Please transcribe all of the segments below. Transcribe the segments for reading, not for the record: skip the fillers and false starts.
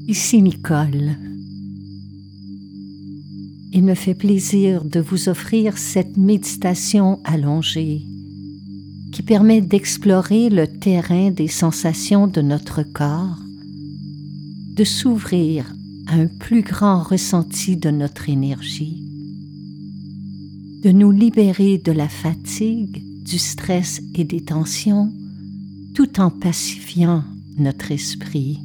Ici Nicole. Il me fait plaisir de vous offrir cette méditation allongée qui permet d'explorer le terrain des sensations de notre corps, de s'ouvrir à un plus grand ressenti de notre énergie, de nous libérer de la fatigue, du stress et des tensions, tout en pacifiant notre esprit.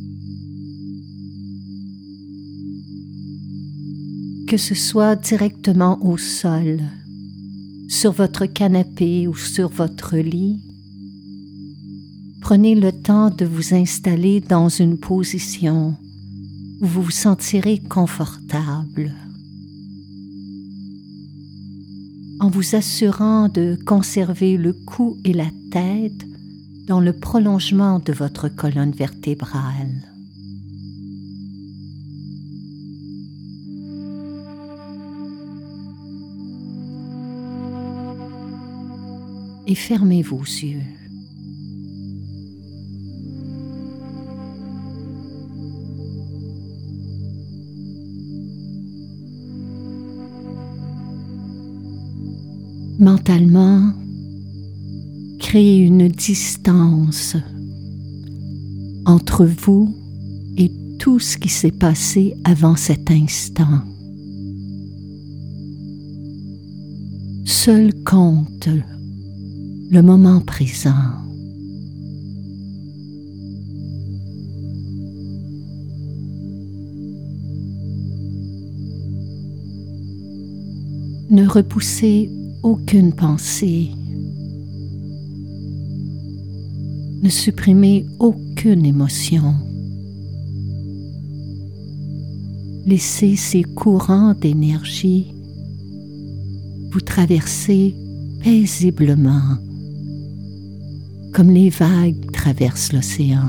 Que ce soit directement au sol, sur votre canapé ou sur votre lit, prenez le temps de vous installer dans une position où vous vous sentirez confortable, en vous assurant de conserver le cou et la tête dans le prolongement de votre colonne vertébrale. Et fermez vos yeux. Mentalement, créez une distance entre vous et tout ce qui s'est passé avant cet instant. Seul compte le moment présent. Ne repoussez aucune pensée. Ne supprimez aucune émotion. Laissez ces courants d'énergie vous traverser paisiblement, comme les vagues traversent l'océan.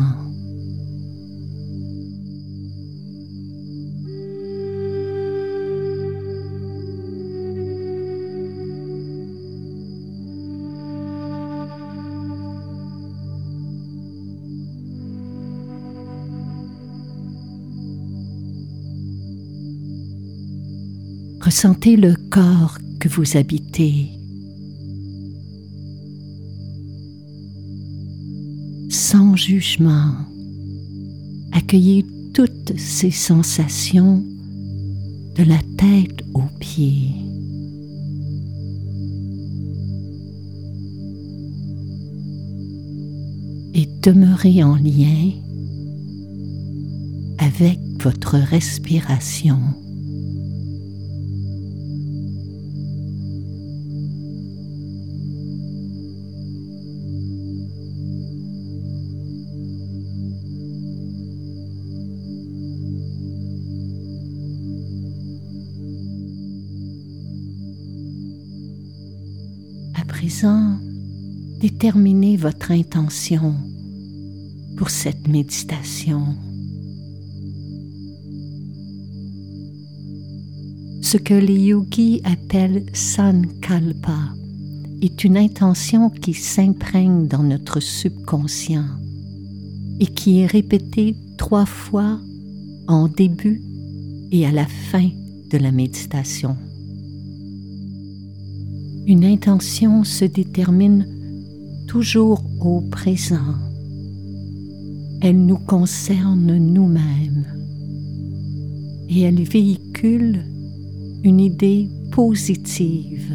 Ressentez le corps que vous habitez. Sans jugement, accueillez toutes ces sensations de la tête aux pieds. Et demeurez en lien avec votre respiration. À présent, déterminez votre intention pour cette méditation. Ce que les yogis appellent sankalpa est une intention qui s'imprègne dans notre subconscient et qui est répétée 3 fois en début et à la fin de la méditation. Une intention se détermine toujours au présent. Elle nous concerne nous-mêmes et elle véhicule une idée positive.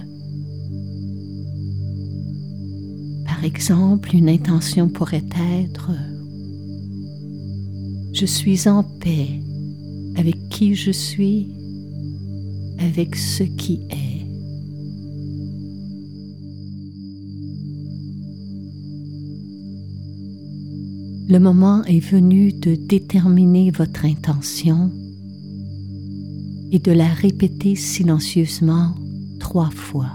Par exemple, une intention pourrait être « Je suis en paix avec qui je suis, avec ce qui est. » Le moment est venu de déterminer votre intention et de la répéter silencieusement 3 fois.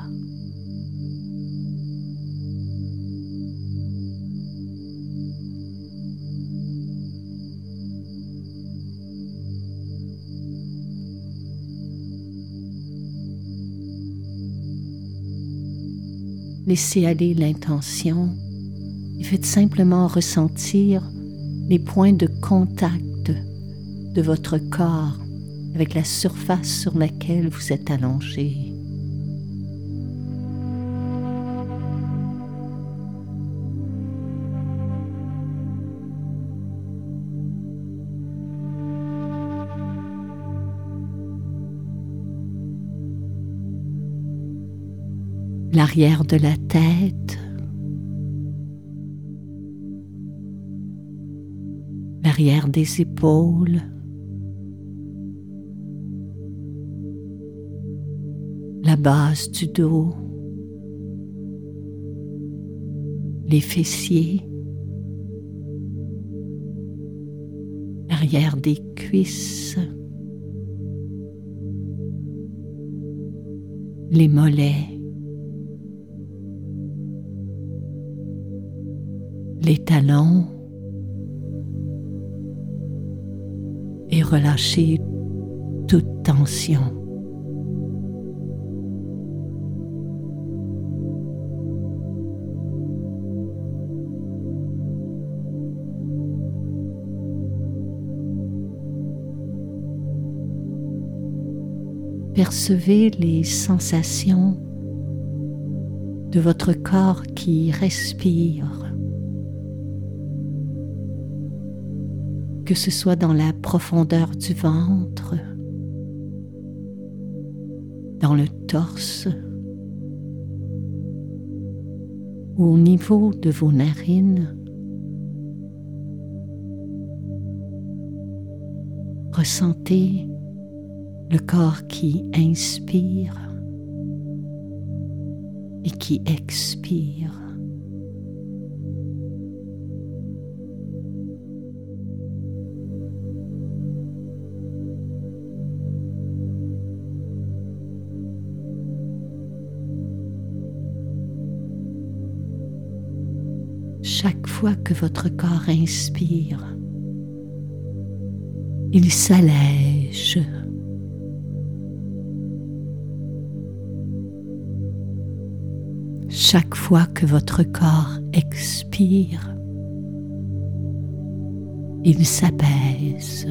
Laissez aller l'intention et faites simplement ressentir les points de contact de votre corps avec la surface sur laquelle vous êtes allongé. L'arrière de la tête, l'arrière des épaules, la base du dos, les fessiers, l'arrière des cuisses, les mollets, les talons, et relâchez toute tension. Percevez les sensations de votre corps qui respire, que ce soit dans la profondeur du ventre, dans le torse ou au niveau de vos narines. Ressentez le corps qui inspire et qui expire. Chaque fois que votre corps inspire, il s'allège. Chaque fois que votre corps expire, il s'apaise.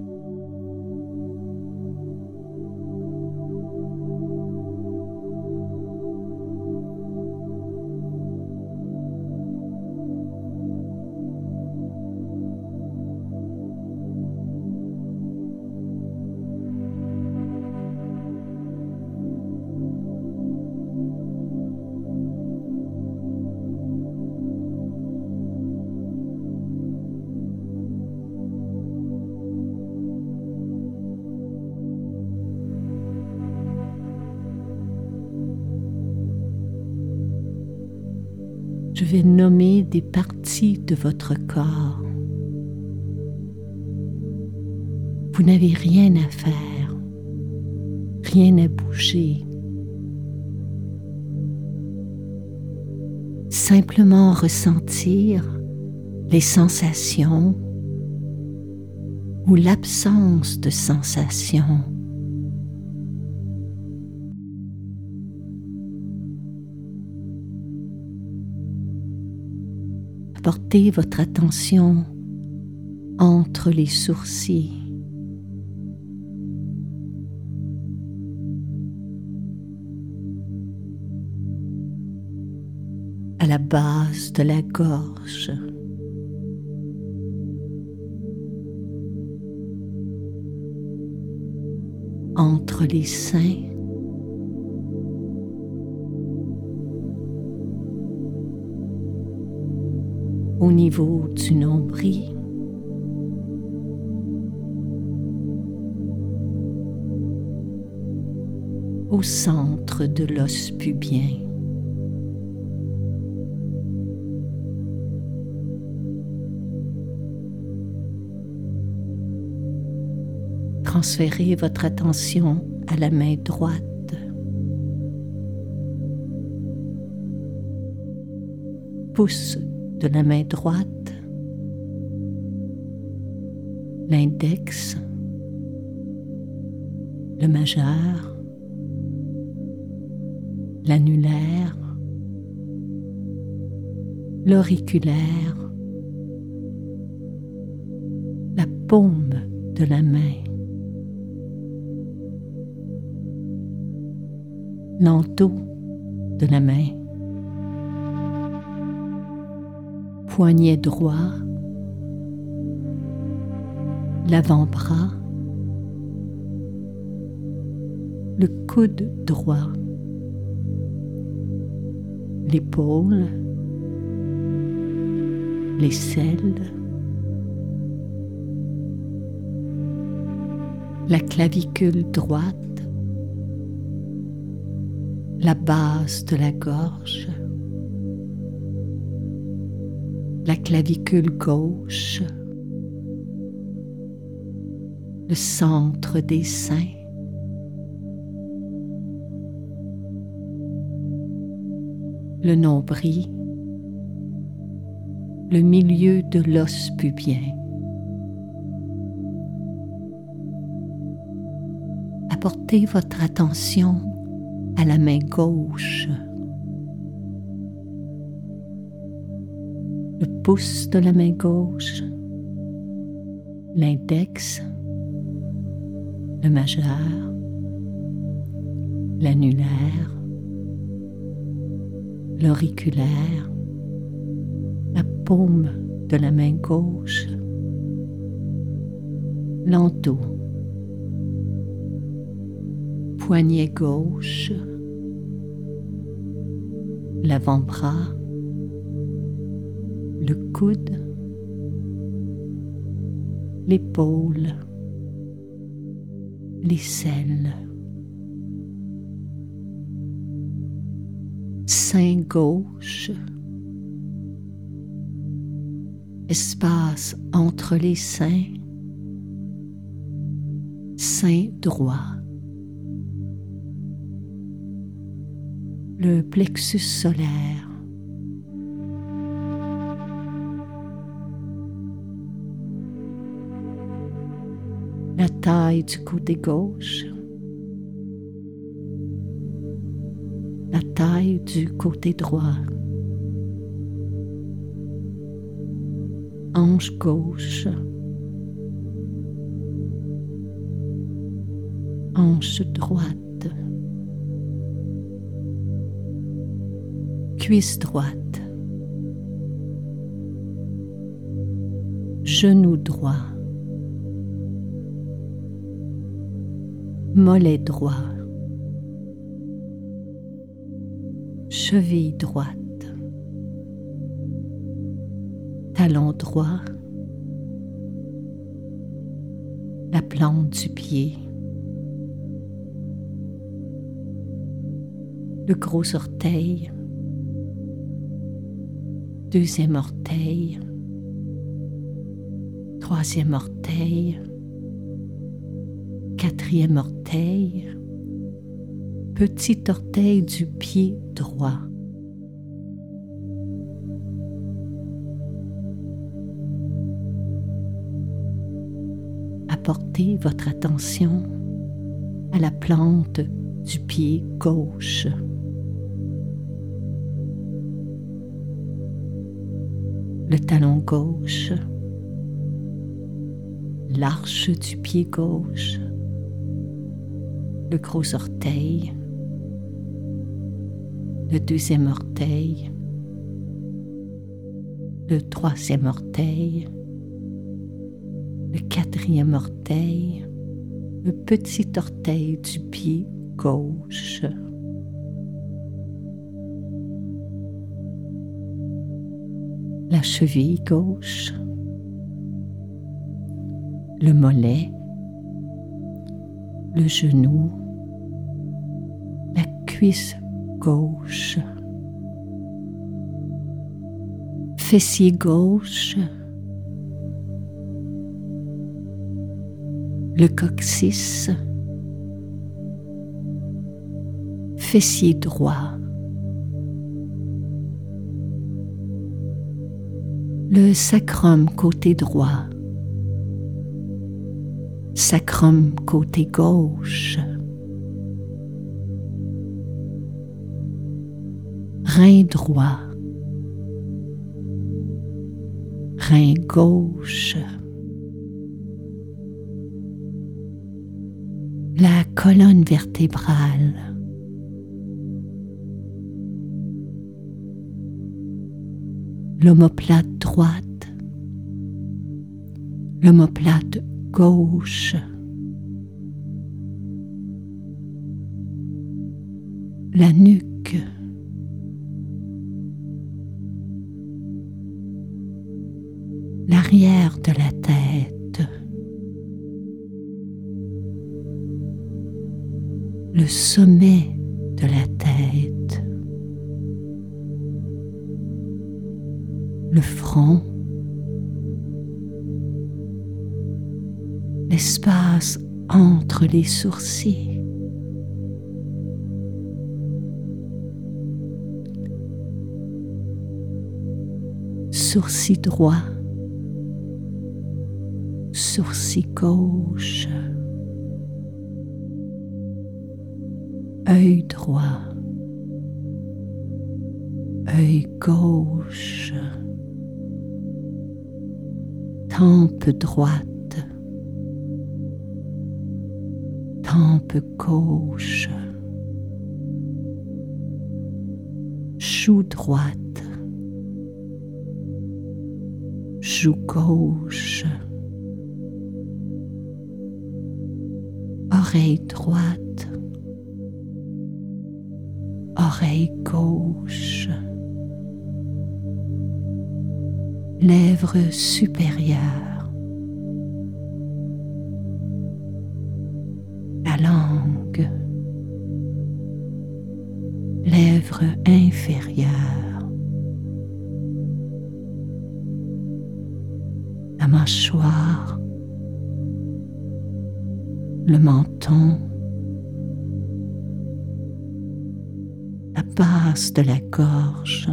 Je vais nommer des parties de votre corps. Vous n'avez rien à faire, rien à bouger. Simplement ressentir les sensations ou l'absence de sensations. Portez votre attention entre les sourcils. À la base de la gorge. Entre les seins. Au niveau du nombril, au centre de l'os pubien. Transférez votre attention à la main droite. Pouce de la main droite, l'index, le majeur, l'annulaire, l'auriculaire, la paume de la main, l'endos de la main, poignet droit, l'avant-bras, le coude droit, l'épaule, l'aisselle, la clavicule droite, la base de la gorge, la clavicule gauche, le centre des seins, le nombril, le milieu de l'os pubien. Apportez votre attention à la main gauche, le pouce de la main gauche, l'index, le majeur, l'annulaire, l'auriculaire, la paume de la main gauche, l'endos, poignet gauche, l'avant-bras, le coude, l'épaule, l'aisselle, sein gauche, espace entre les seins, sein droit, le plexus solaire, la taille du côté gauche, la taille du côté droit, hanche gauche, hanche droite, cuisse droite, genou droit, mollet droit, cheville droite, talon droit, la plante du pied, le gros orteil, deuxième orteil, troisième orteil, quatrième orteil, petit orteil du pied droit. Apportez votre attention à la plante du pied gauche. Le talon gauche, l'arche du pied gauche, le gros orteil, le deuxième orteil, le troisième orteil, le quatrième orteil, le petit orteil du pied gauche. La cheville gauche, le mollet, le genou, la cuisse gauche, fessier gauche, le coccyx, fessier droit, le sacrum côté droit, sacrum côté gauche, rein droit, rein gauche, la colonne vertébrale, l'omoplate droite, l'omoplate gauche, la nuque, l'arrière de la tête, le sommet de la tête, le front, l'espace entre les sourcils, sourcil droit, sourcil gauche, œil droit, œil gauche, tempe droite, tempe gauche, joue droite, joue gauche, oreille droite, oreille gauche, lèvres supérieures, la langue, lèvres inférieures, la mâchoire, le menton, la base de la gorge,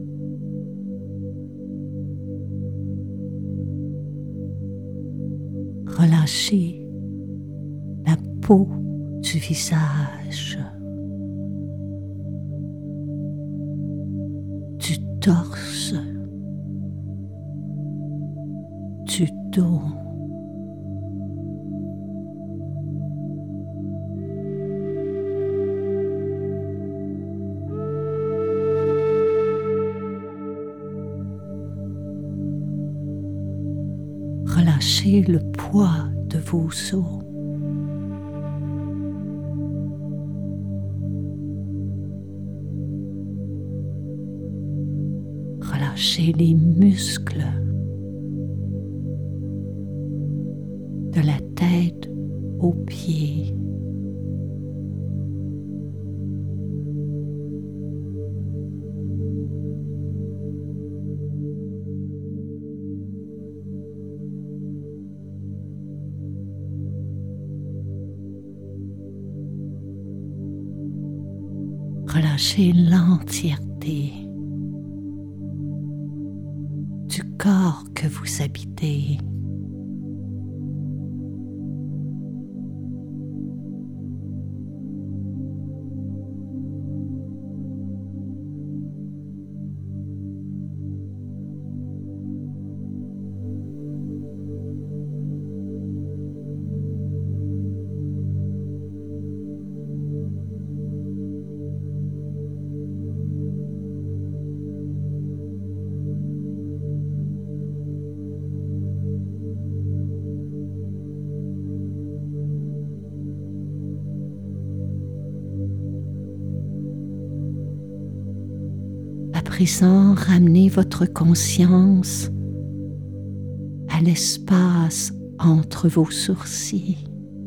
relâchez la peau du visage, du torse, du dos. Relâchez le poids de vos os. Relâchez les muscles de la tête aux pieds. Relâchez l'entièreté du corps que vous habitez. À présent, ramenez votre conscience à l'espace entre vos sourcils.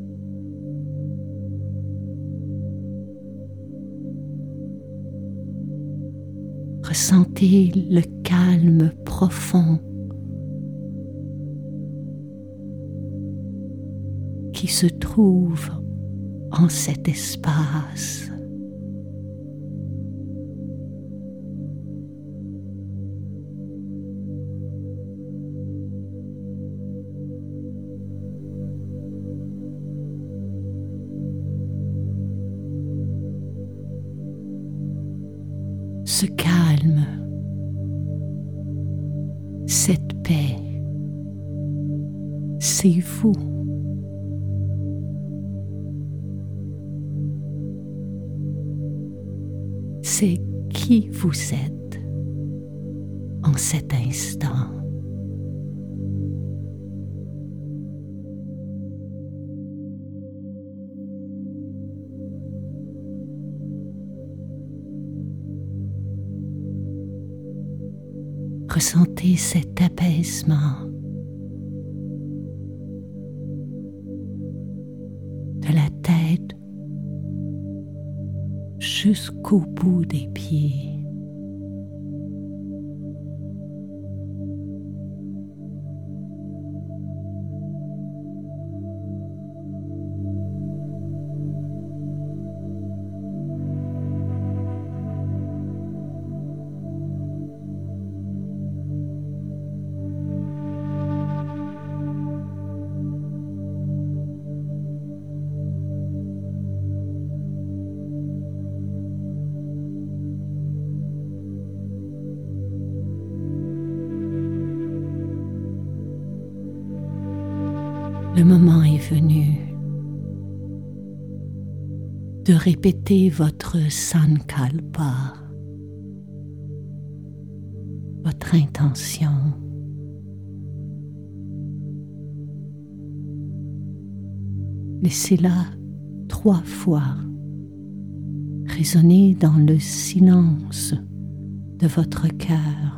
Ressentez le calme profond qui se trouve en cet espace. Ce calme, cette paix, c'est vous. C'est qui vous êtes en cet instant. Ressentez cet apaisement de la tête jusqu'au bout des pieds. Le moment est venu de répéter votre sankalpa, votre intention. Laissez-la 3 fois résonner dans le silence de votre cœur.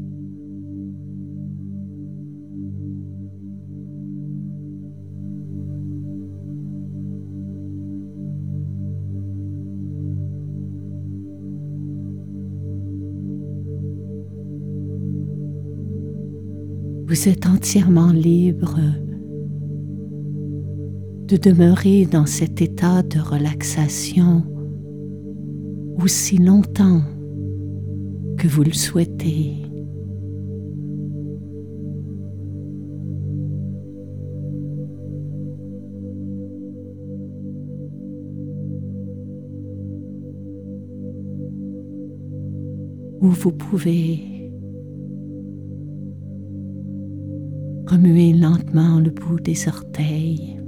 Vous êtes entièrement libre de demeurer dans cet état de relaxation aussi longtemps que vous le souhaitez. Ou vous pouvez remuer lentement le bout des orteils.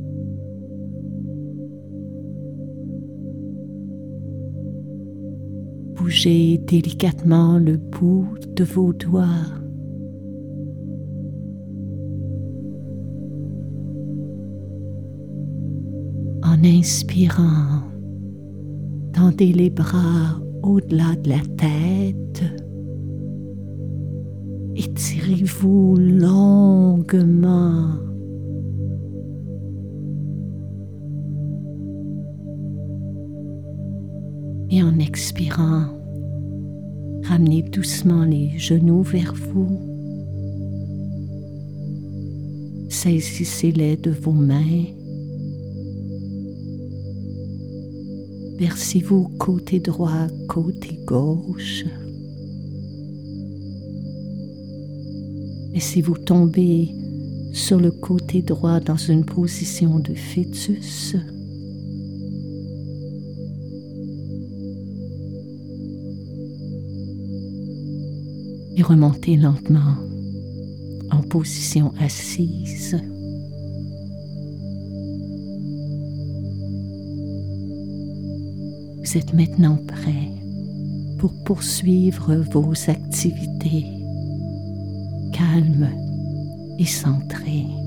Bougez délicatement le bout de vos doigts. En inspirant, tendez les bras au-delà de la tête. Étirez-vous longuement. Et en expirant, ramenez doucement les genoux vers vous. Saisissez-les de vos mains. Versez-vous côté droit, côté gauche. Laissez-vous tomber sur le côté droit dans une position de fœtus. Et remontez lentement en position assise. Vous êtes maintenant prêt pour poursuivre vos activités calmes et centrées.